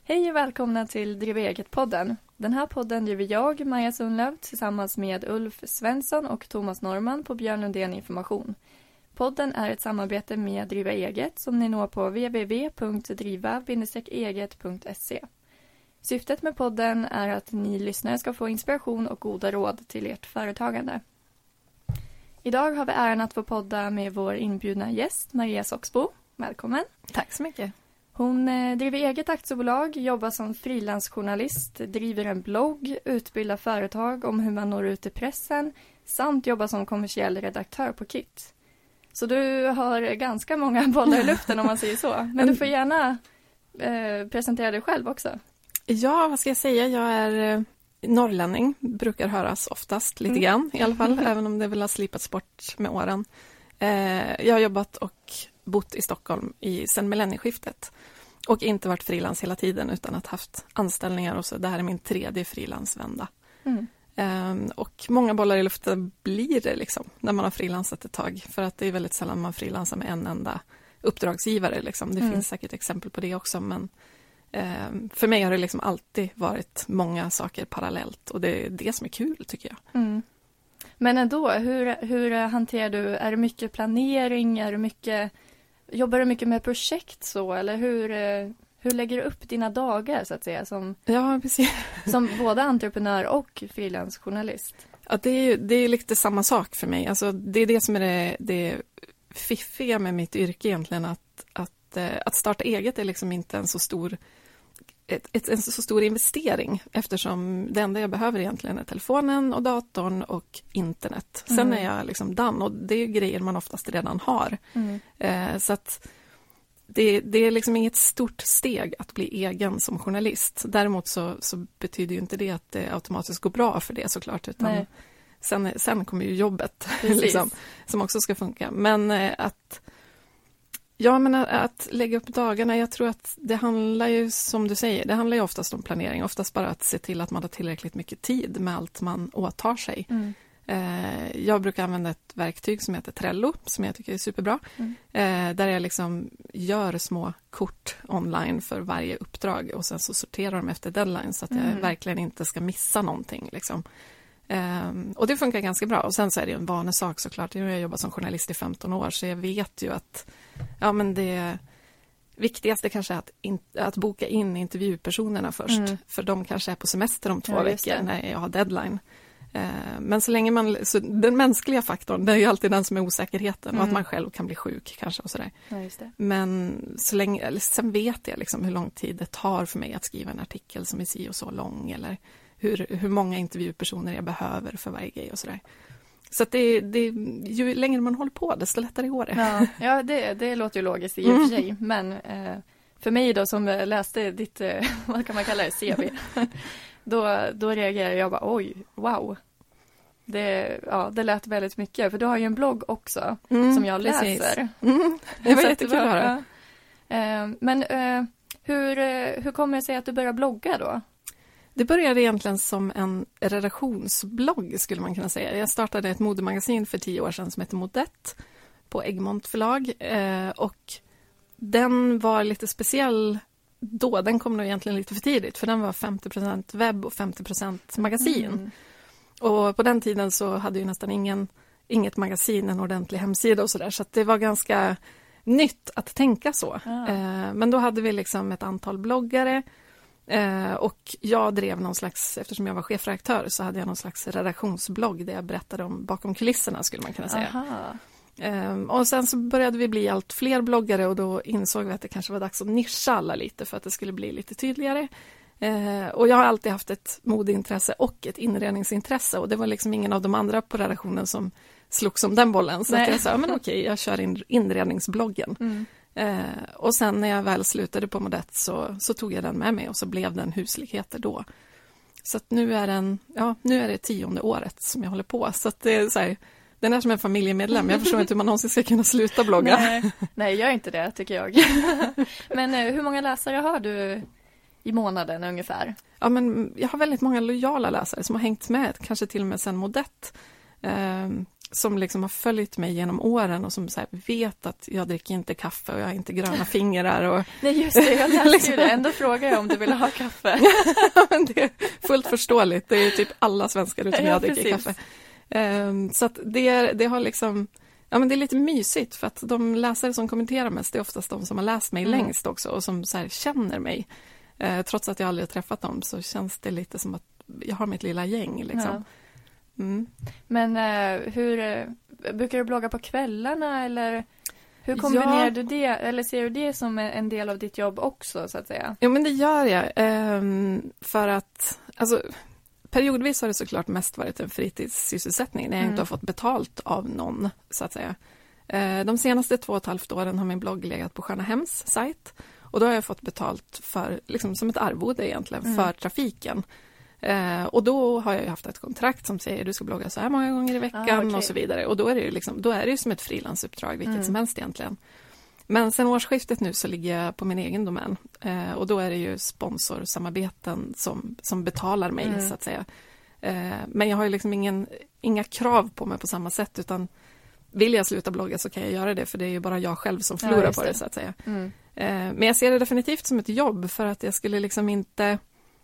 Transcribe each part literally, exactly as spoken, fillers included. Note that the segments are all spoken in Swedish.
Hej och välkomna till Driva eget-podden. Den här podden driver jag, Maja Sundlöv, tillsammans med Ulf Svensson och Thomas Norman på Björn Lundén Information. Podden är ett samarbete med Driva eget som ni når på w w w punkt driva eget punkt se. Syftet med podden är att ni lyssnare ska få inspiration och goda råd till ert företagande. Idag har vi äran att få podda med vår inbjudna gäst Maria Soxbo. Välkommen. Tack så mycket. Hon eh, driver eget aktiebolag, jobbar som frilansjournalist, driver en blogg, utbildar företag om hur man når ut till pressen samt jobbar som kommersiell redaktör på Kit. Så du har ganska många bollar i luften om man säger så. Men du får gärna eh, presentera dig själv också. Ja, vad ska jag säga? Jag är norrlänning, brukar höras oftast lite grann i alla fall, även om det väl har slipats bort med åren. Eh, jag har jobbat och bott i Stockholm i, sedan millennieskiftet och inte varit frilans hela tiden utan att haft anställningar och så. Det här är min tredje frilansvända. Mm. Eh, och många bollar i luften blir det liksom när man har frilansat ett tag, för att det är väldigt sällan man frilansar med en enda uppdragsgivare liksom. Det mm. finns säkert exempel på det också, men för mig har det liksom alltid varit många saker parallellt och det är det som är kul tycker jag. Mm. Men ändå, hur, hur hanterar du, är det mycket planering, är det mycket, jobbar du mycket med projekt så, eller hur, hur lägger du upp dina dagar så att säga som, ja, precis. som både entreprenör och frilansjournalist? Ja, det är ju det är lite samma sak för mig. Alltså, det är det som är det, det fiffiga med mitt yrke egentligen, att, att, att starta eget är liksom inte en så stor Ett, ett, en så stor investering, eftersom det enda jag behöver egentligen är telefonen och datorn och internet. Sen mm. är jag liksom done, och det är grejer man oftast redan har. Mm. Eh, så att det, det är liksom inget stort steg att bli egen som journalist. Däremot så, så betyder ju inte det att det automatiskt går bra för det såklart, utan sen, sen kommer ju jobbet liksom, som också ska funka. Men eh, att Ja, men att, att lägga upp dagarna, jag tror att det handlar ju, som du säger, det handlar ju oftast om planering. Oftast bara att se till att man har tillräckligt mycket tid med allt man åtar sig. Mm. Eh, jag brukar använda ett verktyg som heter Trello, som jag tycker är superbra. Mm. Eh, där jag liksom gör små kort online för varje uppdrag och sen så sorterar de efter deadline så att jag mm. verkligen inte ska missa någonting liksom. Um, och det funkar ganska bra. Och sen så är det ju en vanesak såklart. Jag har jobbat som journalist i femton år, så jag vet ju att ja, men det viktigaste kanske är att, in, att boka in intervjupersonerna först. Mm. För de kanske är på semester om två ja, veckor när jag har deadline. Uh, men så länge man, så den mänskliga faktorn, det är ju alltid den som är osäkerheten. Mm. Och att man själv kan bli sjuk kanske och sådär. Ja, just det. Men så länge, sen vet jag liksom hur lång tid det tar för mig att skriva en artikel som är si och så lång, eller Hur, hur många intervjupersoner jag behöver för varje grej och sådär. Så att det, det, ju längre man håller på, desto lättare går det. Ja, ja det, det låter ju logiskt i och för sig. Mm. Men eh, för mig då som läste ditt, eh, vad kan man kalla det, C V. då, då reagerade jag bara, oj, wow. Det, ja, det lät väldigt mycket. För du har ju en blogg också mm, som jag precis. läser. Mm, det var jättekul att höra. Eh, men eh, hur, hur kommer det sig att du börjar blogga då? Det började egentligen som en redaktionsblogg skulle man kunna säga. Jag startade ett modemagasin för tio år sedan som heter Modett på Egmont förlag. Eh, och den var lite speciell då. Den kom nog egentligen lite för tidigt, för den var femtio procent webb och femtio procent magasin. Mm. Och på den tiden så hade ju nästan ingen, inget magasin en ordentlig hemsida och sådär. Så att det var ganska nytt att tänka så. Ah. Eh, men då hade vi liksom ett antal bloggare. Eh, och jag drev någon slags, eftersom jag var chefredaktör så hade jag någon slags redaktionsblogg där jag berättade om bakom kulisserna skulle man kunna säga. Eh, och sen så började vi bli allt fler bloggare och då insåg vi att det kanske var dags att nischa alla lite för att det skulle bli lite tydligare. Eh, och jag har alltid haft ett modeintresse och ett inredningsintresse, och det var liksom ingen av de andra på redaktionen som slog som den bollen. Så att jag sa, men okej, jag kör in inredningsbloggen. Mm. Eh, och sen när jag väl slutade på Modett så, så tog jag den med mig och så blev den husligheter då. Så att nu är den, ja, nu är det tionde året som jag håller på. Så att det är så här, den är som en familjemedlem. Jag förstår inte hur man någonsin ska kunna sluta blogga. Nej, nej, gör inte det tycker jag. Men eh, hur många läsare har du i månaden ungefär? Ja, men jag har väldigt många lojala läsare som har hängt med, kanske till och med sedan Modett. Eh, som liksom har följt mig genom åren och som så här vet att jag dricker inte kaffe och jag har inte gröna fingrar. Och Nej, just det, jag läste liksom... ju det. Ändå frågar jag om du vill ha kaffe. Men det är fullt förståeligt. Det är ju typ alla svenskar utom ja, jag dricker kaffe. Um, så att det, det har liksom... Ja, men det är lite mysigt för att de läsare som kommenterar mest är oftast de som har läst mig mm. längst också och som så här känner mig. Uh, trots att jag aldrig har träffat dem så känns det lite som att jag har mitt lilla gäng liksom. Ja. Mm. Men uh, hur uh, brukar du blogga på kvällarna eller hur kombinerar ja. du det eller ser du det som en del av ditt jobb också så att säga? Jo, men det gör jag um, för att alltså periodvis har det såklart mest varit en fritidssysselsättning när jag mm. inte har fått betalt av någon så att säga. Uh, de senaste två och ett halvt åren har min blogg legat på Sköna Hems sajt och då har jag fått betalt för liksom som ett arvode egentligen mm. för trafiken. Eh, och då har jag ju haft ett kontrakt som säger du ska blogga så här många gånger i veckan ah, okay. och så vidare. Och då är det ju liksom, då är det ju som ett frilansuppdrag vilket mm. som helst egentligen. Men sen årsskiftet nu så ligger jag på min egen domän. Eh, och då är det ju sponsorsamarbeten som, som betalar mig mm. så att säga. Eh, men jag har ju liksom ingen, inga krav på mig på samma sätt utan vill jag sluta blogga så kan jag göra det för det är ju bara jag själv som förlorar ja, på det. det så att säga. Mm. Eh, men jag ser det definitivt som ett jobb för att jag skulle liksom inte...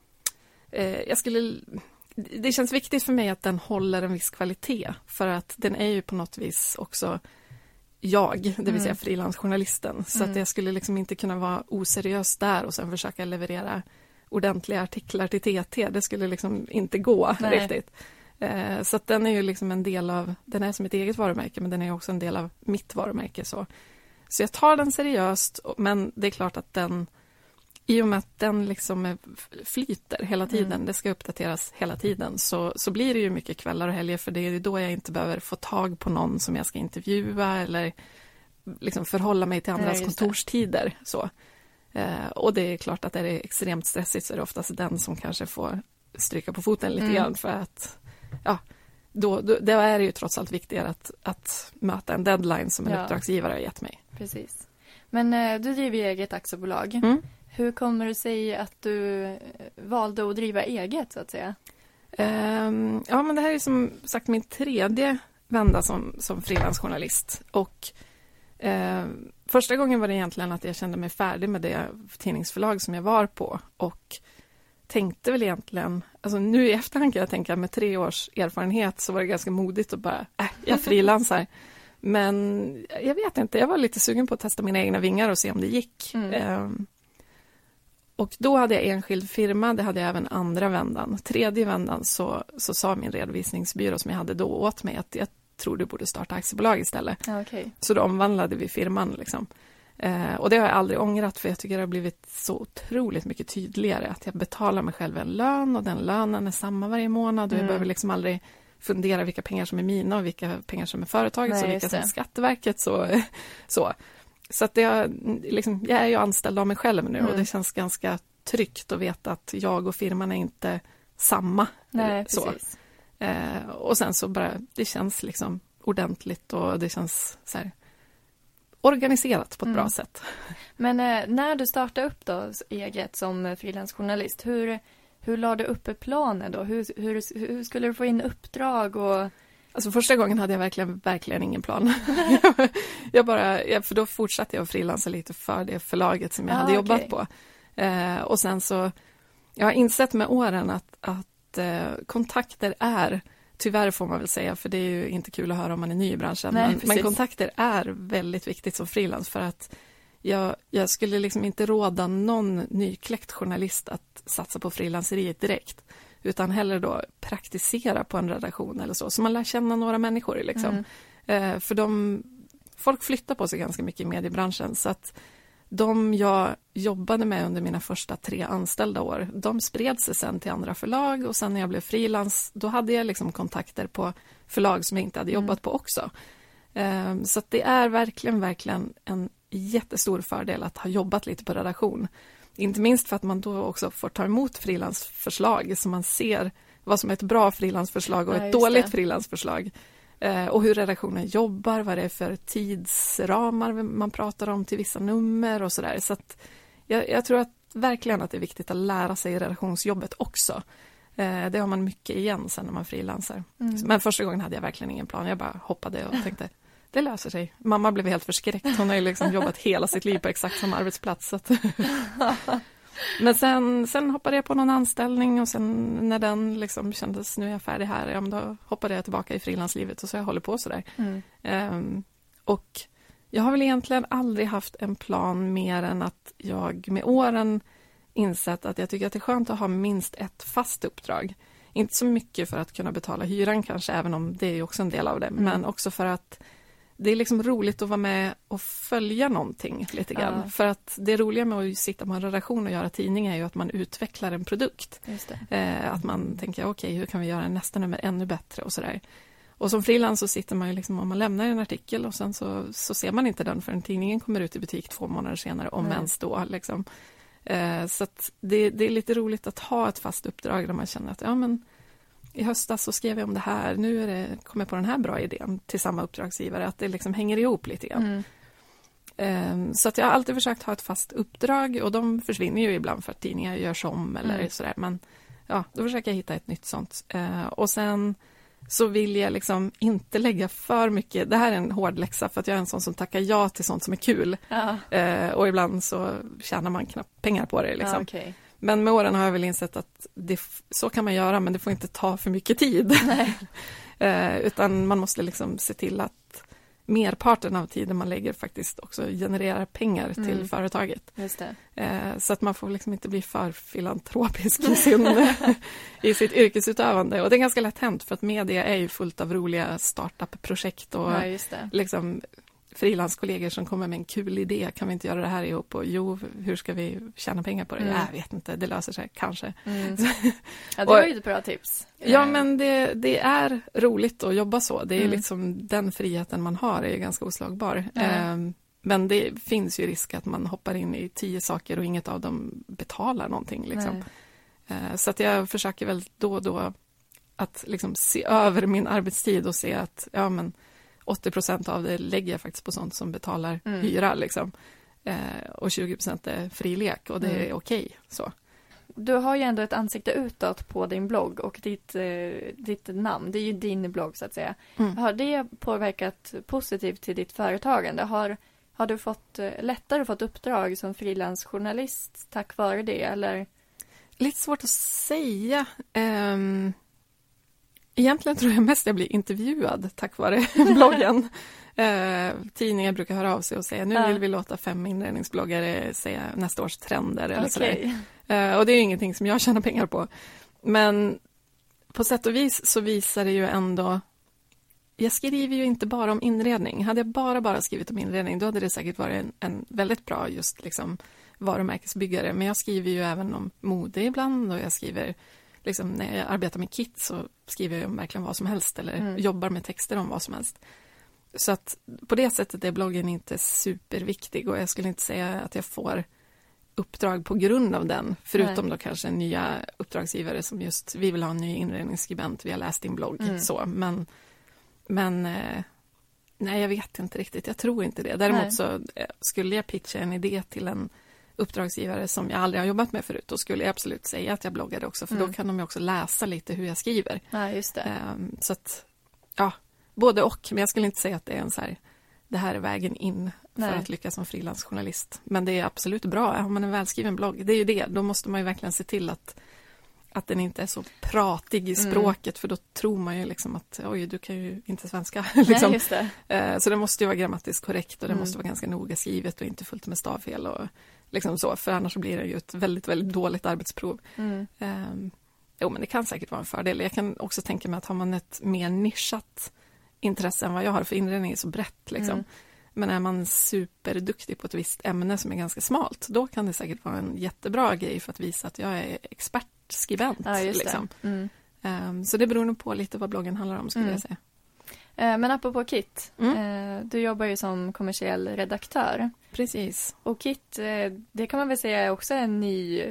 Jag skulle, det känns viktigt för mig att den håller en viss kvalitet för att den är ju på något vis också jag, det vill mm. säga frilansjournalisten. Så mm. att jag skulle liksom inte kunna vara oseriös där och sen försöka leverera ordentliga artiklar till T T. Det skulle liksom inte gå Nej. riktigt. Så att den är ju liksom en del av, den är som ett eget varumärke men den är också en del av mitt varumärke. Så, så jag tar den seriöst men det är klart att den i och med att den liksom flyter hela tiden, mm. det ska uppdateras hela tiden, så, så blir det ju mycket kvällar och helger för det är då jag inte behöver få tag på någon som jag ska intervjua eller liksom förhålla mig till andras Nej, kontorstider. Så. Eh, och det är klart att är det extremt stressigt så är det oftast den som kanske får stryka på foten lite mm. grann för att ja, då, då, det är ju trots allt viktigare att, att möta en deadline som en ja. uppdragsgivare har gett mig. Precis. Men eh, du driver ju eget aktiebolag. Mm. Hur kommer det sig att du valde att driva eget så att säga? Um, ja, men det här är som sagt min tredje vända som, som frilansjournalist. Och uh, första gången var det egentligen att jag kände mig färdig med det tidningsförlag som jag var på. Och tänkte väl egentligen, alltså nu i efterhand kan jag tänka med tre års erfarenhet så var det ganska modigt att bara, äh, jag frilansar. Men jag vet inte, jag var lite sugen på att testa mina egna vingar och se om det gick. Mm. Um, Och då hade jag enskild firma, det hade jag även andra vändan. Tredje vändan så, så sa min redovisningsbyrå som jag hade då åt mig att jag tror du borde starta aktiebolag istället. Ja, okay. Så då omvandlade vi firman liksom. Eh, och det har jag aldrig ångrat för jag tycker det har blivit så otroligt mycket tydligare att jag betalar mig själv en lön och den lönen är samma varje månad och mm. jag behöver liksom aldrig fundera vilka pengar som är mina och vilka pengar som är företagets och vilka som är Skatteverket. Så, så. Så att jag, liksom, jag är ju anställd av mig själv nu mm. och det känns ganska tryggt att veta att jag och firman är inte samma. Nej, så. Precis. Eh, och sen så bara, det känns liksom ordentligt och det känns så här organiserat på ett mm. bra sätt. Men eh, när du startade upp då eget som frilansjournalist, hur, hur lade du upp planen då? Hur, hur, hur skulle du få in uppdrag och... Alltså första gången hade jag verkligen, verkligen ingen plan. jag bara, jag, för då fortsatte jag att frilansa lite för det förlaget som jag ah, hade jobbat okay. på. Eh, och sen så, jag har insett med åren att, att eh, kontakter är, tyvärr får man väl säga, för det är ju inte kul att höra om man är ny i branschen. Nej, men, men kontakter är väldigt viktigt som frilans för att jag, jag skulle liksom inte råda någon nykläckt journalist att satsa på frilanseriet direkt. Utan hellre då praktisera på en redaktion eller så. Så man lär känna några människor liksom. Mm. Eh, för de, folk flyttar på sig ganska mycket i mediebranschen. Så att de jag jobbade med under mina första tre anställda år, de spred sig sen till andra förlag. Och sen när jag blev frilans, då hade jag liksom kontakter på förlag som jag inte hade jobbat mm. på också. Eh, så att det är verkligen, verkligen en jättestor fördel att ha jobbat lite på redaktion. Inte minst för att man då också får ta emot frilansförslag så man ser vad som är ett bra frilansförslag och ja, ett dåligt det. frilansförslag. Eh, och hur redaktionen jobbar, vad det är för tidsramar man pratar om till vissa nummer och sådär. Så att jag, jag tror att verkligen att det är viktigt att lära sig redaktionsjobbet också. Eh, det har man mycket igen sen när man frilansar. Mm. Men första gången hade jag verkligen ingen plan. Jag bara hoppade och tänkte, det löser sig. Mamma blev helt förskräckt. Hon har ju liksom jobbat hela sitt liv på exakt samma arbetsplats. Så att men sen, sen hoppade jag på någon anställning och sen när den liksom kändes, nu är jag färdig här, ja, men då hoppade jag tillbaka i frilanslivet och så jag håller på sådär. Mm. Um, och jag har väl egentligen aldrig haft en plan mer än att jag med åren insett att jag tycker att det är skönt att ha minst ett fast uppdrag. Inte så mycket för att kunna betala hyran kanske, även om det är också en del av det, mm. men också för att det är liksom roligt att vara med och följa någonting lite grann. Ja. För att det roliga med att sitta på en redaktion och göra tidningar är ju att man utvecklar en produkt. Just det. Eh, att man tänker, okej, okay, hur kan vi göra nästa nummer ännu bättre och sådär. Och som frilans så sitter man ju liksom, om man lämnar en artikel och sen så, så ser man inte den förrän tidningen kommer ut i butik två månader senare, om mm. ens då. Liksom. Eh, så att det, det är lite roligt att ha ett fast uppdrag där man känner att ja men i höstas så skrev jag om det här, nu är det, kom jag på den här bra idén till samma uppdragsgivare, att det liksom hänger ihop lite grann. Mm. Um, så att jag har alltid försökt ha ett fast uppdrag och de försvinner ju ibland för att tidningar görs om eller mm. sådär, men ja, då försöker jag hitta ett nytt sånt. Uh, och sen så vill jag liksom inte lägga för mycket, det här är en hård läxa för att jag är en sån som tackar ja till sånt som är kul. Ja. Uh, och ibland så tjänar man knappt pengar på det liksom. Ja, okay. Men med åren har jag väl insett att det, så kan man göra, men det får inte ta för mycket tid. Nej. eh, utan man måste liksom se till att merparten av tiden man lägger faktiskt också genererar pengar till mm. företaget. Just det. Eh, så att man får liksom inte bli för filantropisk i, sin, i sitt yrkesutövande. Och det är ganska lätt hänt för att media är ju fullt av roliga startup-projekt och ja, just det. Liksom frilanskollegor som kommer med en kul idé. Kan vi inte göra det här ihop? Och jo, hur ska vi tjäna pengar på det? Mm. Jag vet inte, det löser sig kanske. Mm. Ja, det var ju ett bra tips. Ja, men det, det är roligt att jobba så. Det är mm. liksom den friheten man har är ganska oslagbar. Mm. Um, men det finns ju risk att man hoppar in i tio saker och inget av dem betalar någonting. Liksom. Uh, så att jag försöker väl då och då att liksom se över min arbetstid och se att ja, men åttio procent av det lägger jag faktiskt på sånt som betalar mm. hyra liksom. Eh, och tjugo procent är frilek och det mm. är okej. Så. Du har ju ändå ett ansikte utåt på din blogg och ditt, eh, ditt namn, det är ju din blogg så att säga. Mm. Har det påverkat positivt till ditt företagande? Har, har du fått eh, lättare fått uppdrag som frilansjournalist tack vare det? Eller? Lite svårt att säga. Um... Egentligen tror jag mest jag blir intervjuad tack vare bloggen. Eh, tidningar brukar höra av sig och säga nu ja. vill vi låta fem inredningsbloggare säga nästa års trender eller okay. sådär. Eh, och det är ju ingenting som jag tjänar pengar på. Men på sätt och vis så visar det ju ändå, jag skriver ju inte bara om inredning. Hade jag bara bara skrivit om inredning då hade det säkert varit en, en väldigt bra just liksom varumärkesbyggare. Men jag skriver ju även om mode ibland och jag skriver liksom, när jag arbetar med kit så skriver jag om verkligen vad som helst eller mm. jobbar med texter om vad som helst. Så att på det sättet är bloggen inte superviktig och jag skulle inte säga att jag får uppdrag på grund av den. Förutom nej. Då kanske nya uppdragsgivare som just, vi vill ha en ny inredningsskribent, vi har läst din blogg. Mm. Så. Men, men eh, nej, jag vet inte riktigt. Jag tror inte det. Däremot nej. Så eh, skulle jag pitcha en idé till en uppdragsgivare som jag aldrig har jobbat med förut, då skulle jag absolut säga att jag bloggade också, för mm. då kan de ju också läsa lite hur jag skriver. Ja, just det. Um, så att, ja, både och, men jag skulle inte säga att det är en så här, det här är vägen in för Nej. Att lyckas som frilansjournalist. Men det är absolut bra, har man en välskriven blogg, det är ju det, då måste man ju verkligen se till att att den inte är så pratig i språket, mm. för då tror man ju liksom att oj, du kan ju inte svenska. liksom. Nej, just det. Uh, så det måste ju vara grammatiskt korrekt och det mm. måste vara ganska noga skrivet och inte fullt med stavfel och liksom så, för annars blir det ju ett väldigt, väldigt dåligt arbetsprov. Mm. Um, jo, men det kan säkert vara en fördel. Jag kan också tänka mig att har man ett mer nischat intresse än vad jag har, för inredning är så brett liksom. Mm. Men är man superduktig på ett visst ämne som är ganska smalt, då kan det säkert vara en jättebra grej för att visa att jag är expertskribent. Ja, just liksom. det. Mm. Um, så det beror nog på lite vad bloggen handlar om, skulle mm. jag säga. Men apropå Kit, mm. du jobbar ju som kommersiell redaktör. Precis. Och Kit, det kan man väl säga är också en ny,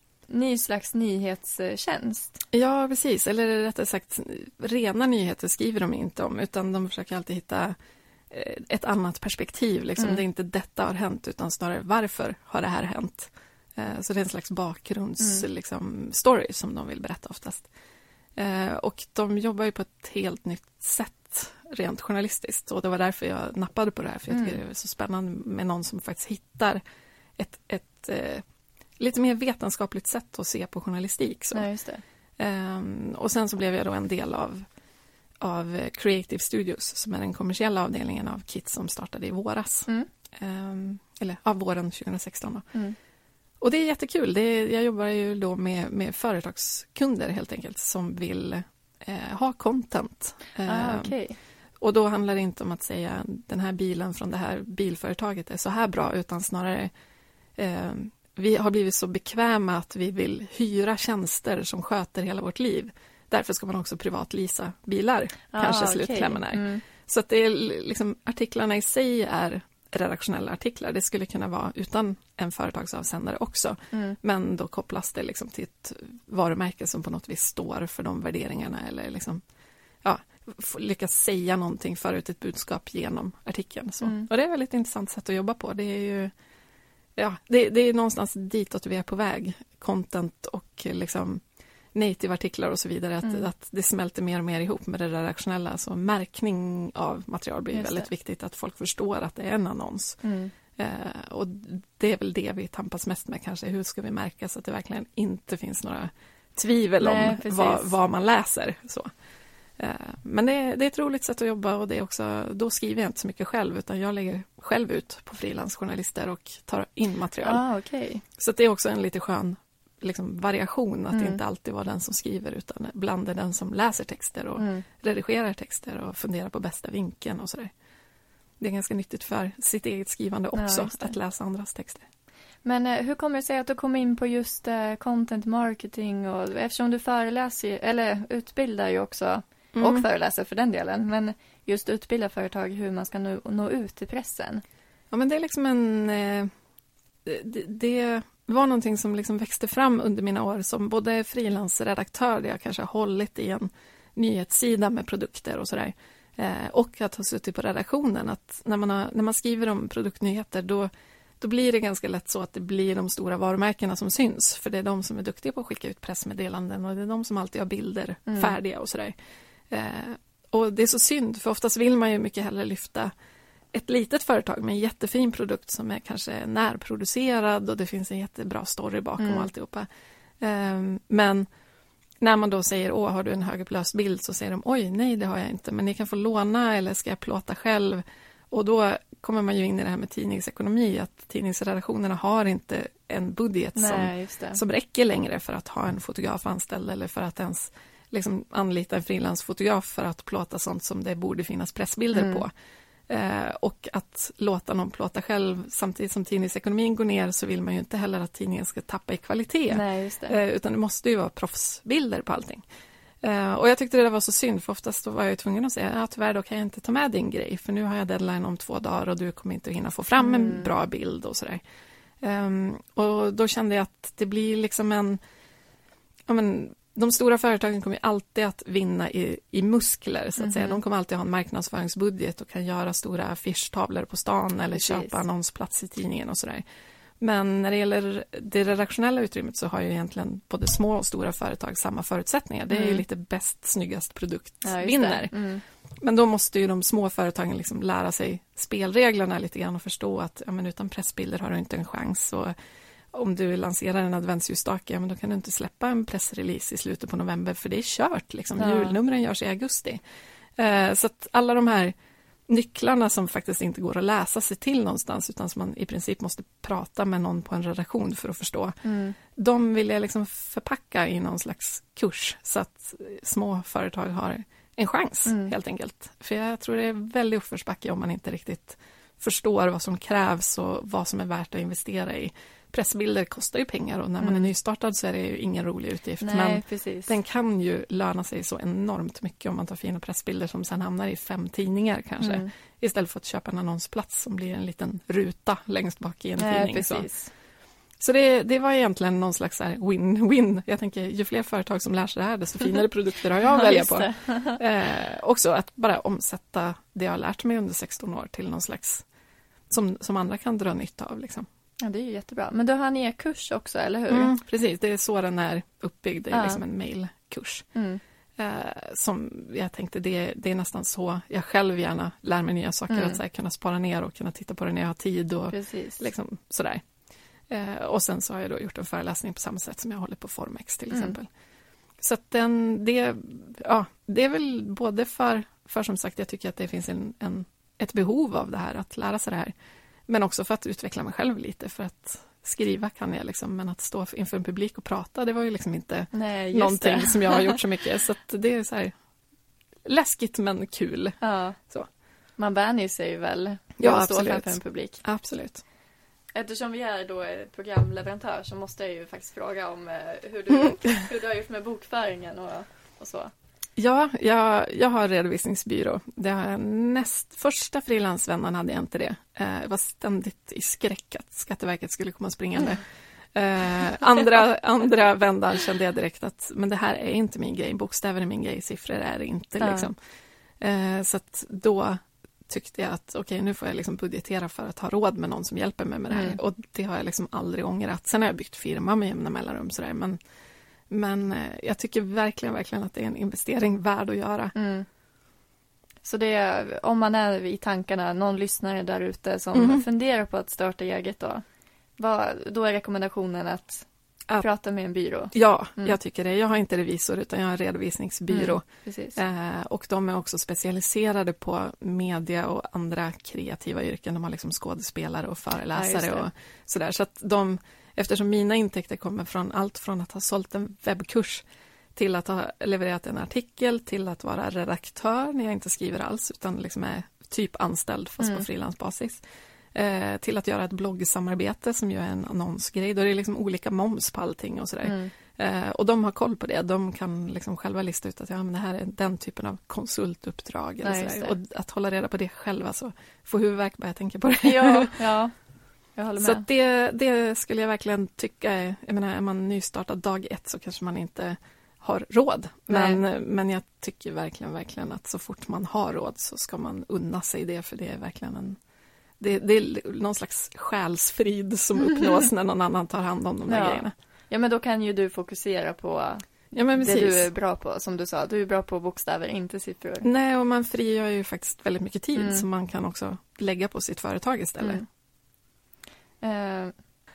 ny slags nyhetstjänst. Ja, precis. Eller rättare sagt, rena nyheter skriver de inte om, utan de försöker alltid hitta ett annat perspektiv. Liksom. Mm. Det är inte detta har hänt, utan snarare varför har det här hänt? Eh, så det är en slags bakgrunds mm. liksom, story som de vill berätta oftast. Eh, och de jobbar ju på ett helt nytt sätt rent journalistiskt. Och det var därför jag nappade på det här. För jag tycker mm. det är så spännande med någon som faktiskt hittar ett, ett eh, lite mer vetenskapligt sätt att se på journalistik. Så. Ja, just det. Um, och sen så blev jag då en del av, av Creative Studios som är den kommersiella avdelningen av K I T som startade i våras. Mm. Um, eller av våren tjugohundrasexton. Då. Mm. Och det är jättekul. Det är, jag jobbar ju då med, med företagskunder helt enkelt som vill eh, ha content. Ah, okay. um, och då handlar det inte om att säga den här bilen från det här bilföretaget är så här bra utan snarare um, vi har blivit så bekväma att vi vill hyra tjänster som sköter hela vårt liv. Därför ska man också privatlisa bilar, ah, kanske okay. slutklämmen är. Mm. Så att det är liksom, artiklarna i sig är redaktionella artiklar. Det skulle kunna vara utan en företagsavsändare också. Mm. Men då kopplas det liksom till ett varumärke som på något vis står för de värderingarna eller liksom, ja, lyckas säga någonting förut ett budskap genom artikeln. Så. Mm. Och det är ett väldigt intressant sätt att jobba på. Det är ju Ja, det, det är någonstans ditåt vi är på väg. Content och liksom native-artiklar och så vidare. Att, mm. att det smälter mer och mer ihop med det redaktionella. Så märkning av material blir Just väldigt det. viktigt. Att folk förstår att det är en annons. Mm. Eh, och det är väl det vi tampas mest med kanske. Hur ska vi märka så att det verkligen inte finns några tvivel Nej, om vad, vad man läser. Så. Men det är, det är ett roligt sätt att jobba och det är också, då skriver jag inte så mycket själv utan jag lägger själv ut på frilansjournalister och tar in material. Ah, okay. Så det är också en lite skön liksom, variation att mm. det inte alltid var den som skriver utan ibland är den som läser texter och mm. redigerar texter och funderar på bästa vinkeln och sådär. Det är ganska nyttigt för sitt eget skrivande också ja, att läsa andras texter. Men eh, hur kommer det sig att du kom in på just eh, content marketing och eftersom du föreläser eller utbildar ju också Mm. och föreläser för den delen, men just utbilda företag hur man ska nå, nå ut till pressen. Ja, men det är liksom en eh, det, det var någonting som liksom växte fram under mina år som både frilansredaktör där jag kanske har hållit i en nyhetssida med produkter och sådär eh, och att ha suttit på redaktionen att när man, har, när man skriver om produktnyheter då, då blir det ganska lätt så att det blir de stora varumärkena som syns för det är de som är duktiga på att skicka ut pressmeddelanden och det är de som alltid har bilder mm. färdiga och sådär. Eh, och det är så synd för oftast vill man ju mycket hellre lyfta ett litet företag med en jättefin produkt som är kanske närproducerad och det finns en jättebra story bakom mm. alltihopa. Eh, men när man då säger åh har du en högupplöst bild så säger de oj nej det har jag inte men ni kan få låna eller ska jag plåta själv och då kommer man ju in i det här med tidningsekonomi att tidningsredaktionerna har inte en budget nej, som, som räcker längre för att ha en fotograf anställd eller för att ens liksom anlita en frilansfotograf för att plåta sånt som det borde finnas pressbilder mm. på. Eh, och att låta någon plåta själv samtidigt som tidningsekonomin går ner så vill man ju inte heller att tidningen ska tappa i kvalitet. Nej, just det. Eh, utan det måste ju vara proffsbilder på allting. Eh, och jag tyckte det var så synd för oftast då var jag ju tvungen att säga ja tyvärr då kan jag inte ta med din grej för nu har jag deadline om två dagar och du kommer inte att hinna få fram mm. en bra bild och sådär. Eh, och då kände jag att det blir liksom en ja men de stora företagen kommer alltid att vinna i, i muskler så att mm-hmm. säga. De kommer alltid ha en marknadsföringsbudget och kan göra stora affischtavlor på stan eller Precis. köpa annonsplats i tidningen och sådär. Men när det gäller det redaktionella utrymmet så har ju egentligen både små och stora företag samma förutsättningar. Det är mm. ju lite bäst, snyggast produkt ja, vinner. Mm. Men då måste ju de små företagen liksom lära sig spelreglerna lite grann och förstå att ja, men utan pressbilder har du inte en chans och om du lanserar en adventsljusstake, ja, men då kan du inte släppa en pressrelease i slutet på november för det är kört. Liksom. Ja. Julnumren görs i augusti. Eh, så att alla de här nycklarna som faktiskt inte går att läsa sig till någonstans utan som man i princip måste prata med någon på en redaktion för att förstå. Mm. De vill jag liksom förpacka i någon slags kurs så att små företag har en chans mm. helt enkelt. För jag tror det är väldigt uppförsbacke om man inte riktigt förstår vad som krävs och vad som är värt att investera i. Pressbilder kostar ju pengar och när man mm. är nystartad så är det ju ingen rolig utgift. Nej, men precis. Den kan ju löna sig så enormt mycket om man tar fina pressbilder som sen hamnar i fem tidningar kanske. Mm. Istället för att köpa en annonsplats som blir en liten ruta längst bak i en Nej, tidning. Precis. Så, så det, det var egentligen någon slags win-win. Jag tänker ju fler företag som lär sig det här desto finare produkter har jag att välja på. eh, också att bara omsätta det jag har lärt mig under sexton år till någon slags som, som andra kan dra nytta av liksom. Ja, det är ju jättebra. Men du har en e-kurs också, eller hur? Mm, precis, det är så den är uppbyggd. Det är ja. liksom en mailkurs. Mm. Eh, som jag tänkte, det, det är nästan så jag själv gärna lär mig nya saker. Mm. Att så här, kunna spara ner och kunna titta på det när jag har tid. Och liksom, sådär. Eh, och sen så har jag då gjort en föreläsning på samma sätt som jag håller på Formex till exempel. Mm. Så att den, det, ja, det är väl både för, för som sagt, jag tycker att det finns en, en, ett behov av det här, att lära sig det här. Men också för att utveckla mig själv lite, för att skriva kan jag liksom, men att stå inför en publik och prata, det var ju liksom inte Nej, någonting det. Som jag har gjort så mycket. Så att det är så här läskigt men kul. Ja. Så. Man vänjer sig väl ja, att stå framför en publik. Absolut. Eftersom vi är då programleverantör så måste jag ju faktiskt fråga om hur du, hur du har gjort med bokföringen och, och så. Ja, jag, jag har redovisningsbyrå. Det har jag näst, första frilansvändan hade jag inte det. Jag var ständigt i skräck att Skatteverket skulle komma springande. Mm. Eh, andra, andra vändan kände jag direkt att men det här är inte min grej. Bokstäver är min grej, siffror är det inte. Ja. Liksom. Eh, så att då tyckte jag att okej, okay, nu får jag liksom budgetera för att ha råd med någon som hjälper mig med det här. Mm. Och det har jag liksom aldrig ångrat. Sen har jag byggt firma med jämna mellanrum sådär, men Men jag tycker verkligen, verkligen att det är en investering värd att göra. Mm. Så det är, om man är i tankarna, någon lyssnare där ute som mm. funderar på att starta eget då, vad, då är rekommendationen att, att prata med en byrå? Ja, mm. jag tycker det. Jag har inte revisor utan jag har en redovisningsbyrå. Mm, precis. Eh, och de är också specialiserade på media och andra kreativa yrken. De har liksom skådespelare och föreläsare ja, och sådär. Så att de... Eftersom mina intäkter kommer från allt från att ha sålt en webbkurs till att ha levererat en artikel, till att vara redaktör när jag inte skriver alls utan liksom är typ anställd fast mm. på frilansbasis. Eh, till att göra ett bloggsamarbete som ju är en annonsgrej. Då är det liksom olika moms på allting och sådär. Mm. Eh, och de har koll på det. De kan liksom själva lista ut att ja, men det här är den typen av konsultuppdrag. Eller Nej, sådär. Och att hålla reda på det själva så får huvudvärk bara jag tänker på det. Ja, ja. Jag håller med. Så det, det skulle jag verkligen tycka, jag menar, är man nystartad dag ett så kanske man inte har råd. Men, men jag tycker verkligen, verkligen att så fort man har råd så ska man unna sig det, för det är verkligen en, det, det är någon slags själsfrid som uppnås när någon annan tar hand om de där ja. grejerna. Ja, men då kan ju du fokusera på ja, men det du är bra på, som du sa. Du är bra på bokstäver, inte siffror. Nej, och man frigör ju faktiskt väldigt mycket tid mm. som man kan också lägga på sitt företag istället. Mm. Uh,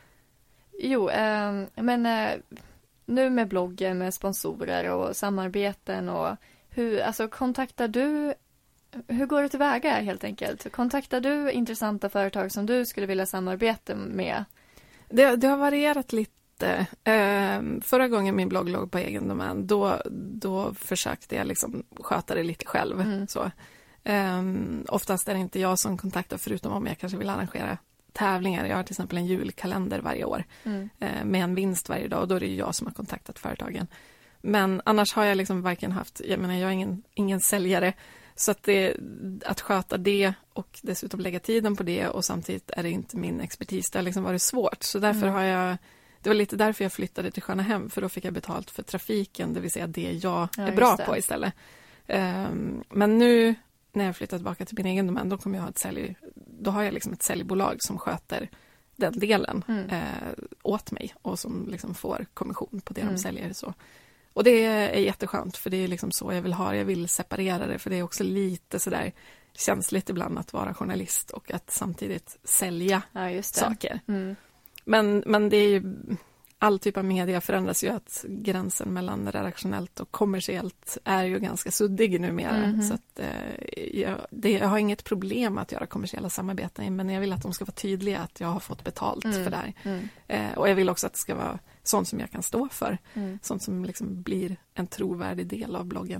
jo, uh, men uh, nu med bloggen, med sponsorer och samarbeten och hur, alltså kontaktar du, hur går du tillväga helt enkelt? Kontaktar du intressanta företag som du skulle vilja samarbeta med? Det, det har varierat lite. Uh, förra gången min blogg låg på egen domän, då, då försökte jag liksom sköta det lite själv. Mm. Så. Um, oftast är det inte jag som kontaktar, förutom om jag kanske vill arrangera tävlingar. Jag har till exempel en julkalender varje år mm. eh, med en vinst varje dag och då är det jag som har kontaktat företagen. Men annars har jag liksom varken haft, jag menar jag är ingen, ingen säljare, så att, det, att sköta det och dessutom lägga tiden på det och samtidigt är det inte min expertis. Det har liksom varit svårt, så därför mm. har jag, det var lite därför jag flyttade till Skönahem, för då fick jag betalt för trafiken, det vill säga det jag ja, är bra på istället. Um, men nu när jag flyttar tillbaka till min egen domän, då kommer jag ha ett sälj, då har jag liksom ett säljbolag som sköter den delen mm. eh, åt mig och som liksom får kommission på det mm. de säljer. Så. Och det är jätteskönt, för det är liksom så jag vill ha, jag vill separera det, för det är också lite sådär känsligt ibland att vara journalist och att samtidigt sälja ja, just det. saker. Mm. Men, men det är ju, all typ av media förändras ju, att gränsen mellan redaktionellt och kommersiellt är ju ganska suddig numera. Mm-hmm. Så att, eh, jag, det, jag har inget problem att göra kommersiella samarbeten, men jag vill att de ska vara tydliga, att jag har fått betalt mm. för det här. Mm. Eh, och jag vill också att det ska vara sånt som jag kan stå för. Mm. Sånt som liksom blir en trovärdig del av bloggen.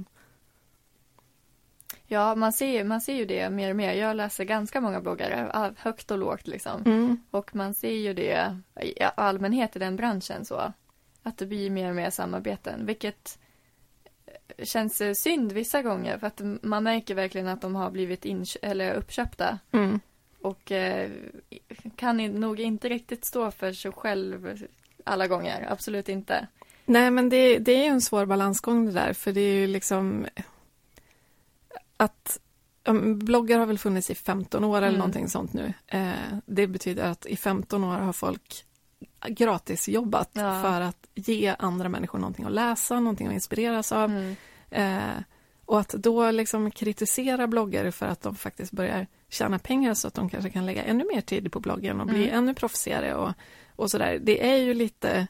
Ja, man ser, man ser ju det mer och mer. Jag läser ganska många bloggare, högt och lågt liksom. Mm. Och man ser ju det i allmänhet i den branschen så. Att det blir mer och mer samarbeten. Vilket känns synd vissa gånger. För att man märker verkligen att de har blivit inköp- eller uppköpta. Mm. Och eh, kan nog inte riktigt stå för sig själv alla gånger. Absolut inte. Nej, men det, det är ju en svår balansgång det där. För det är ju liksom... Att, bloggar har väl funnits i femton år eller Mm. någonting sånt nu. Eh, det betyder att i femton år har folk gratis jobbat Ja. för att ge andra människor någonting att läsa, någonting att inspireras av. Mm. Eh, och att då liksom kritisera bloggare för att de faktiskt börjar tjäna pengar så att de kanske kan lägga ännu mer tid på bloggen och bli Mm. ännu proffsigare och, och sådär. Det är ju lite,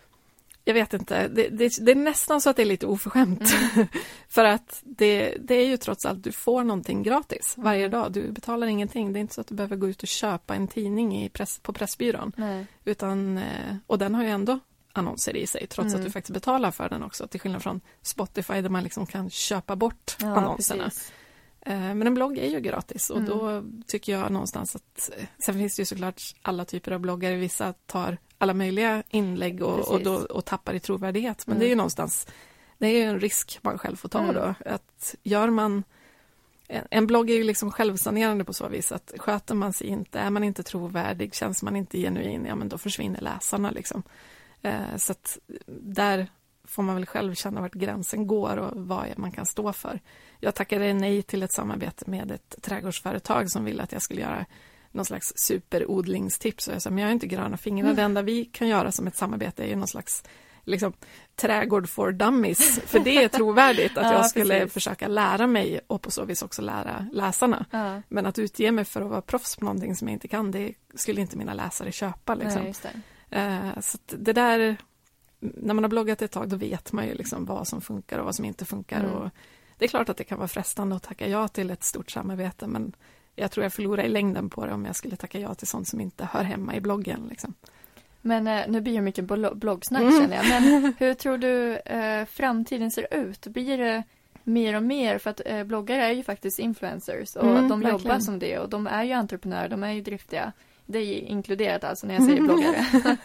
jag vet inte, det, det, det är nästan så att det är lite oförskämt. Mm. För att det, det är ju trots allt, du får någonting gratis varje dag. Du betalar ingenting. Det är inte så att du behöver gå ut och köpa en tidning i press, på Pressbyrån. Nej. Utan, eh, och den har ju ändå annonser i sig, trots Mm. att du faktiskt betalar för den också. Till skillnad från Spotify där man liksom kan köpa bort Ja, annonserna. precis. Eh, Men en blogg är ju gratis och Mm. då tycker jag någonstans att, eh, sen finns det ju såklart alla typer av bloggare, vissa tar alla möjliga inlägg och, och, Precis. då, och tappar i trovärdighet, men Mm. det är ju någonstans, det är ju en risk man själv får ta Mm. då, att gör man, en, en blogg är ju liksom självsanerande på så vis att sköter man sig inte, är man inte trovärdig, känns man inte genuin, ja men då försvinner läsarna liksom. Eh, så att där får man väl själv känna vart gränsen går och vad man kan stå för. Jag tackade nej till ett samarbete med ett trädgårdsföretag som ville att jag skulle göra någon slags superodlingstips. Och jag sa, men jag har inte gröna fingrar. Mm. Det enda vi kan göra som ett samarbete är ju någon slags liksom, trädgård for dummies. För det är trovärdigt att Ja, jag skulle precis. försöka lära mig och på så vis också lära läsarna. Ja. Men att utge mig för att vara proffs på någonting som jag inte kan, det skulle inte mina läsare köpa. Liksom. Nej, just det. Eh, så att det där, när man har bloggat ett tag, då vet man ju liksom vad som funkar och vad som inte funkar. Mm. Och det är klart att det kan vara frestande att tacka ja till ett stort samarbete, men jag tror jag förlorar i längden på det om jag skulle tacka ja till sånt som inte hör hemma i bloggen. Liksom. Men eh, nu blir det mycket blo- bloggsnack Mm. känner jag. Men hur tror du eh, framtiden ser ut? Blir det mer och mer? För att eh, bloggare är ju faktiskt influencers och Mm, de verkligen. jobbar som det och de är ju entreprenörer, de är ju driftiga. Det är inkluderat alltså när jag säger bloggare.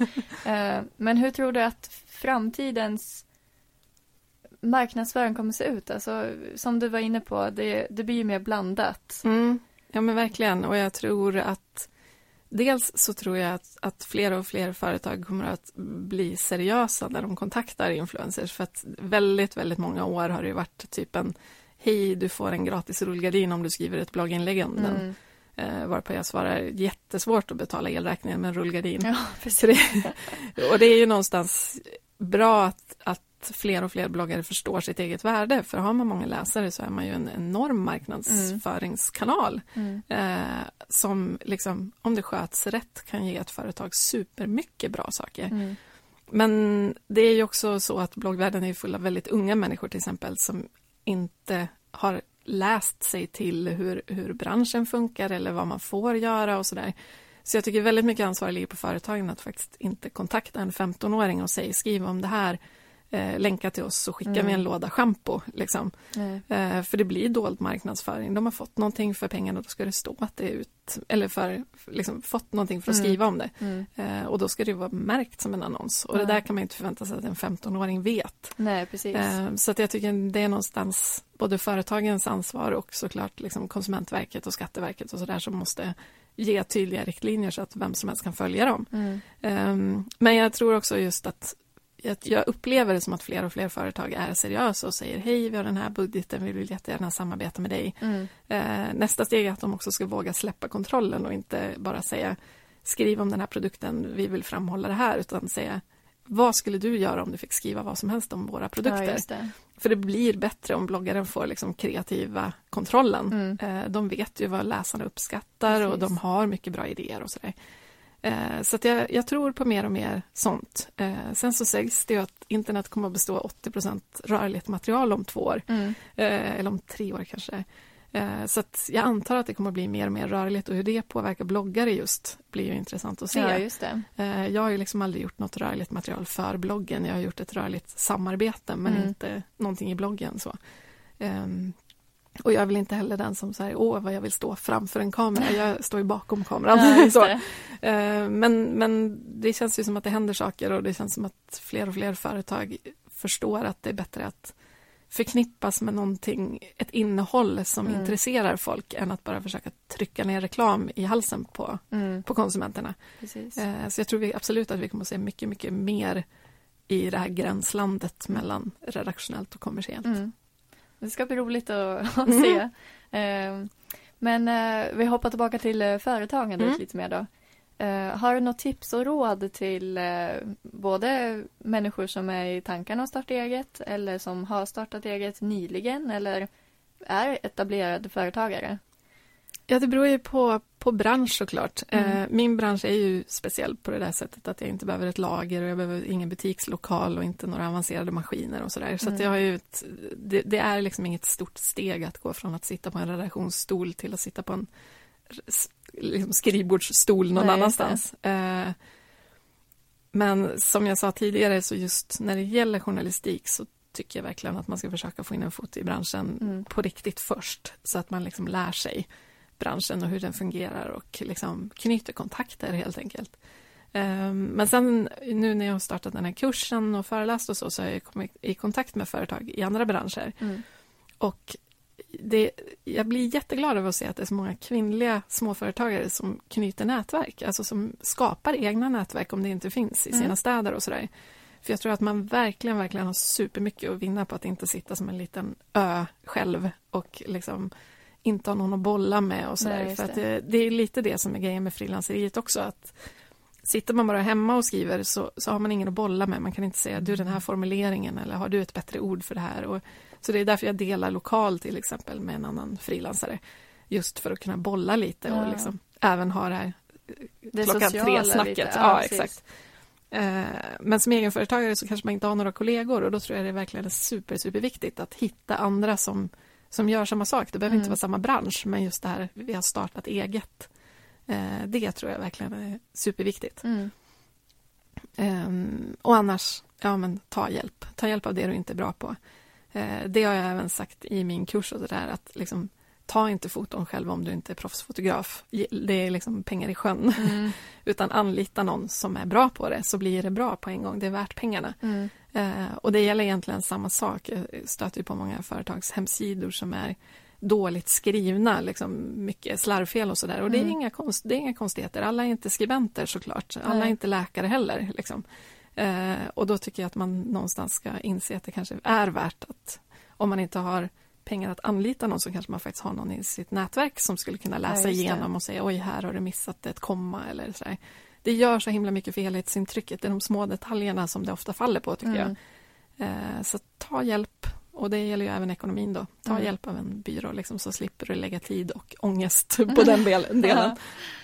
eh, men hur tror du att framtidens marknadsföring kommer se ut? Alltså, som du var inne på, det, det blir ju mer blandat. Mm. Ja men verkligen, och jag tror att dels så tror jag att, att fler och fler företag kommer att bli seriösa när de kontaktar influencers, för att väldigt, väldigt många år har det varit typ en hej, du får en gratis rullgardin om du skriver ett blogginlägg om den. Mm. Eh, varpå jag svarar, jättesvårt att betala elräkningen med en rullgardin. Ja, Så precis. det, och det är ju någonstans bra att, att fler och fler bloggare förstår sitt eget värde, för har man många läsare så är man ju en enorm marknadsföringskanal Mm. eh, som liksom, om det sköts rätt, kan ge ett företag supermycket bra saker. Mm. Men det är ju också så att bloggvärlden är full av väldigt unga människor till exempel som inte har läst sig till hur, hur branschen funkar eller vad man får göra och sådär. Så jag tycker väldigt mycket ansvar ligger på företagen att faktiskt inte kontakta en femtonåring och säga skriv om det här, eh, länka till oss så skickar Mm. vi en låda shampoo. Liksom. Nej. Eh, för det blir dold marknadsföring. De har fått någonting för pengarna och då ska det stå att det är ut, eller för, liksom, fått någonting för att Mm. skriva om det. Mm. Eh, och då ska det vara märkt som en annons. Och Ja. det där kan man inte förvänta sig att en femtonåring vet. Nej, precis. Eh, så att jag tycker det är någonstans både företagens ansvar och såklart liksom Konsumentverket och Skatteverket och sådär som måste ge tydliga riktlinjer så att vem som helst kan följa dem. Mm. Eh, men jag tror också just att jag, jag upplever det som att fler och fler företag är seriösa och säger hej, vi har den här budgeten, vi vill jättegärna samarbeta med dig. Mm. Eh, nästa steg är att de också ska våga släppa kontrollen och inte bara säga skriv om den här produkten, vi vill framhålla det här, utan säga vad skulle du göra om du fick skriva vad som helst om våra produkter? Ja, just det. För det blir bättre om bloggaren får liksom kreativa kontrollen. Mm. Eh, de vet ju vad läsarna uppskattar och Precis. de har mycket bra idéer och sådär. Eh, så att jag, jag tror på mer och mer sånt. Eh, sen så sägs det ju att internet kommer att bestå åttio procent rörligt material om två år. Mm. Eh, eller om tre år kanske. Eh, så att jag antar att det kommer att bli mer och mer rörligt och hur det påverkar bloggare just blir ju intressant att se. Ja, just det. Eh, jag har ju liksom aldrig gjort något rörligt material för bloggen. Jag har gjort ett rörligt samarbete men Mm. inte någonting i bloggen. Så. Ehm, och jag är väl inte heller den som säger åh vad jag vill stå framför en kamera. Jag står ju bakom kameran. Ja, just så. det. Eh, men, men det känns ju som att det händer saker och det känns som att fler och fler företag förstår att det är bättre att förknippas med någonting, ett innehåll som Mm. intresserar folk än att bara försöka trycka ner reklam i halsen på, Mm. på konsumenterna. Precis. Eh, så jag tror vi absolut att vi kommer att se mycket, mycket mer i det här gränslandet mellan redaktionellt och kommersiellt. Mm. Det ska bli roligt att, att se. Eh, men eh, vi hoppar tillbaka till eh, företagandet Mm. lite mer då. Eh, har du något tips och råd till eh, både människor som är i tankarna att starta eget eller som har startat eget nyligen eller är etablerade företagare? Ja, det beror ju på, på bransch såklart. Mm. Eh, min bransch är ju speciell på det där sättet att jag inte behöver ett lager och jag behöver ingen butikslokal och inte några avancerade maskiner och sådär. Så Mm. att jag har ju ett, det, det är liksom inget stort steg att gå från att sitta på en redaktionsstol till att sitta på en liksom skrivbordsstol någon Nej, annanstans. Eh, men som jag sa tidigare så just när det gäller journalistik så tycker jag verkligen att man ska försöka få in en fot i branschen Mm. på riktigt först så att man liksom lär sig branschen och hur den fungerar och liksom knyter kontakter helt enkelt. Um, men sen nu när jag har startat den här kursen och föreläst och så så har jag kommit i kontakt med företag i andra branscher Mm. och det, jag blir jätteglad över att se att det är så många kvinnliga småföretagare som knyter nätverk, alltså som skapar egna nätverk om det inte finns i sina Mm. städer och sådär. För jag tror att man verkligen, verkligen har supermycket att vinna på att inte sitta som en liten ö själv och liksom inte ha någon att bolla med och sådär. Nej, just För att det. det, det är lite det som är grejen med frilanseriet också, att sitter man bara hemma och skriver så, så har man ingen att bolla med. Man kan inte säga, du den här formuleringen eller har du ett bättre ord för det här? Och, så det är därför jag delar lokal till exempel med en annan frilansare. Just för att kunna bolla lite och Ja. liksom även ha det här Det klockan sociala tre-snacket. lite. Ja, Ja, precis. exakt. Eh, men som egenföretagare så kanske man inte har några kollegor och då tror jag det är verkligen super, superviktigt att hitta andra som, som gör samma sak. Det behöver Mm. inte vara samma bransch, men just det här, vi har startat eget. Eh, det tror jag verkligen är superviktigt. Mm. Um, och annars, ja men ta hjälp. Ta hjälp av det du inte är bra på. Uh, det har jag även sagt i min kurs och det där att liksom, ta inte foton själv om du inte är proffsfotograf. Det är liksom pengar i sjön. Mm. Utan anlita någon som är bra på det så blir det bra på en gång. Det är värt pengarna. Mm. Uh, och det gäller egentligen samma sak. Jag stöter ju på många företags hemsidor som är dåligt skrivna, liksom mycket slarvfel och sådär. Och det är, Mm. inga konst, det är inga konstigheter. Alla är inte skribenter såklart. Alla Nej. är inte läkare heller. Liksom. Eh, och då tycker jag att man någonstans ska inse att det kanske är värt att om man inte har pengar att anlita någon så kanske man faktiskt har någon i sitt nätverk som skulle kunna läsa Ja, just det. igenom och säga oj, här har du missat ett komma eller sådär. Det gör så himla mycket för helhetsintrycket. Det är de små detaljerna som det ofta faller på tycker Mm. jag. Eh, så ta hjälp. Och det gäller ju även ekonomin då. Ta Mm. hjälp av en byrå liksom, så slipper du lägga tid och ångest på den del- delen.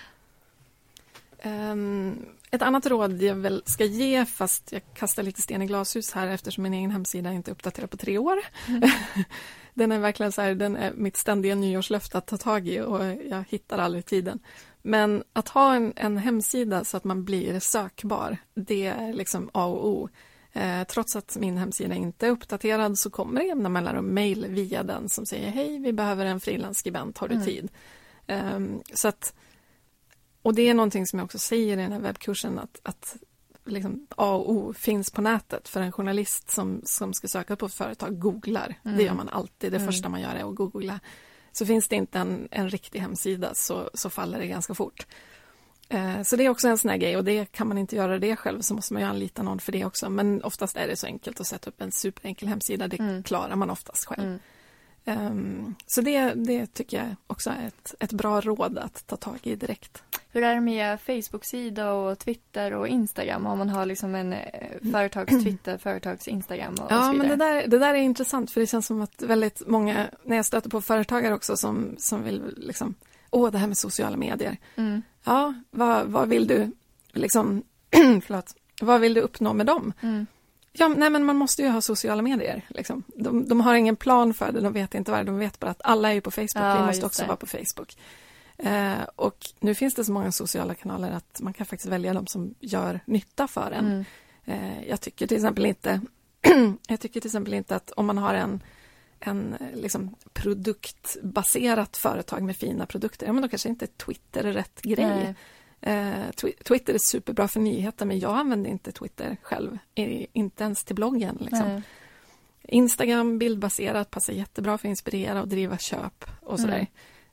um, ett annat råd jag väl ska ge, fast jag kastar lite sten i glashus här eftersom min egen hemsida inte är uppdaterad på tre år. Mm. Den är verkligen så här, den är mitt ständiga nyårslöfte att ta tag i och jag hittar aldrig tiden. Men att ha en, en hemsida så att man blir sökbar, det är liksom A och O. Eh, trots att min hemsida inte är uppdaterad så kommer det jämna mellanrum mejl via den som säger hej, vi behöver en frilansskribent, har du Mm. tid? Eh, så att, och det är någonting som jag också säger i den här webbkursen att, att liksom A och O finns på nätet för en journalist som, som ska söka på ett företag googlar. Mm. Det gör man alltid, det Mm. första man gör är att googla. Så finns det inte en, en riktig hemsida så, så faller det ganska fort. Eh, Så det är också en sån här grej och det kan man inte göra det själv så måste man ju anlita någon för det också. Men oftast är det så enkelt att sätta upp en superenkel hemsida. Det Mm. klarar man oftast själv. Mm. Um, så det, det tycker jag också är ett, ett bra råd att ta tag i direkt. Hur är det med Facebook-sida och Twitter och Instagram? Om man har liksom en eh, företags-Twitter, företags-Instagram och, och så Ja, vidare. men det där, det där är intressant för det känns som att väldigt många, när jag stöter på företagare också som, som vill liksom, åh det här med sociala medier. Mm. Ja, vad, vad vill du liksom, förlåt, vad vill du uppnå med dem? Mm. Ja, nej men man måste ju ha sociala medier. Liksom. De, de har ingen plan för det, de vet inte vad det är, de vet bara att alla är ju på Facebook, Ja, vi måste just också det. vara på Facebook. Eh, och nu finns det så många sociala kanaler att man kan faktiskt välja de som gör nytta för en. Mm. Eh, jag tycker till exempel inte jag tycker till exempel inte att om man har en, en liksom produktbaserat företag med fina produkter, ja men då kanske inte Twitter är rätt grej. Nej. Eh, tw- Twitter är superbra för nyheter men jag använder inte Twitter själv, i, inte ens till bloggen. Liksom. Nej. Instagram bildbaserat passar jättebra för att inspirera och driva köp och sådär.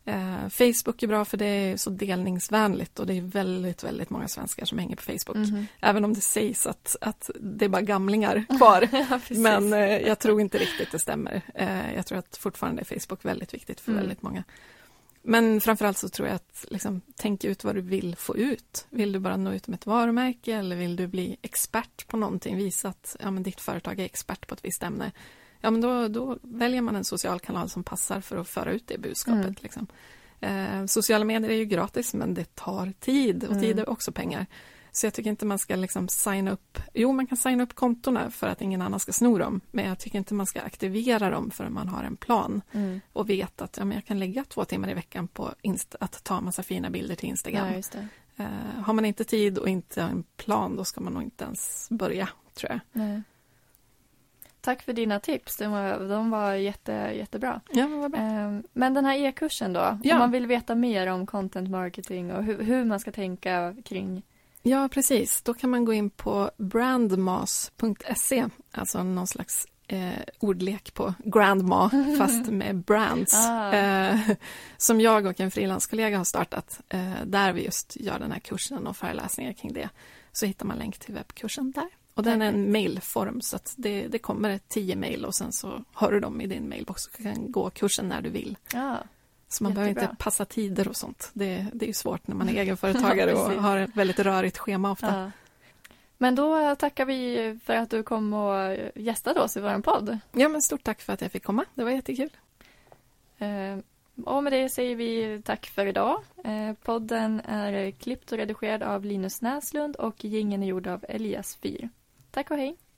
Eh, Facebook är bra för det är så delningsvänligt och det är väldigt, väldigt många svenskar som hänger på Facebook. Mm-hmm. Även om det sägs att, att det är bara gamlingar kvar. Ja, men eh, jag tror inte riktigt det stämmer. Eh, jag tror att fortfarande är Facebook väldigt viktigt för mm. väldigt många. Men framförallt så tror jag att liksom, tänk ut vad du vill få ut. Vill du bara nå ut med ett varumärke eller vill du bli expert på någonting? Visa att ja, men ditt företag är expert på ett visst ämne. Ja, men då, då väljer man en social kanal som passar för att föra ut det budskapet. Mm. Liksom. Eh, sociala medier är ju gratis men det tar tid och mm. tid är också pengar. Så jag tycker inte man ska liksom signa upp, jo man kan signa upp kontorna för att ingen annan ska sno dem, men jag tycker inte man ska aktivera dem förrän man har en plan mm. och vet att ja, men jag kan lägga två timmar i veckan på Insta- att ta en massa fina bilder till Instagram. Ja, just det. Eh, har man inte tid och inte en plan då ska man nog inte ens börja, tror jag. Nej. Tack för dina tips, de var, de var jätte, jättebra. Ja, det var bra. Eh, men den här e-kursen då, ja. Om man vill veta mer om content marketing och hur, hur man ska tänka kring. Ja, precis. Då kan man gå in på brandmas punkt se, alltså någon slags eh, ordlek på grandma, fast med brands. Ah. Eh, som jag och en frilanskollega har startat, eh, där vi just gör den här kursen och föreläsningar kring det. Så hittar man länk till webbkursen där. Och den är en mailform så att det, det kommer ett tio mail och sen så har du dem i din mailbox och kan gå kursen när du vill. Ja. Så man Jättebra. behöver inte passa tider och sånt. Det, det är ju svårt när man är egenföretagare och har ett väldigt rörigt schema ofta. Ja. Men då tackar vi för att du kom och gästade oss i vår podd. Ja, men stort tack för att jag fick komma. Det var jättekul. Eh, och med det säger vi tack för idag. Eh, podden är klippt och redigerad av Linus Näslund och jingeln är gjord av Elias Fyr. Tack och hej!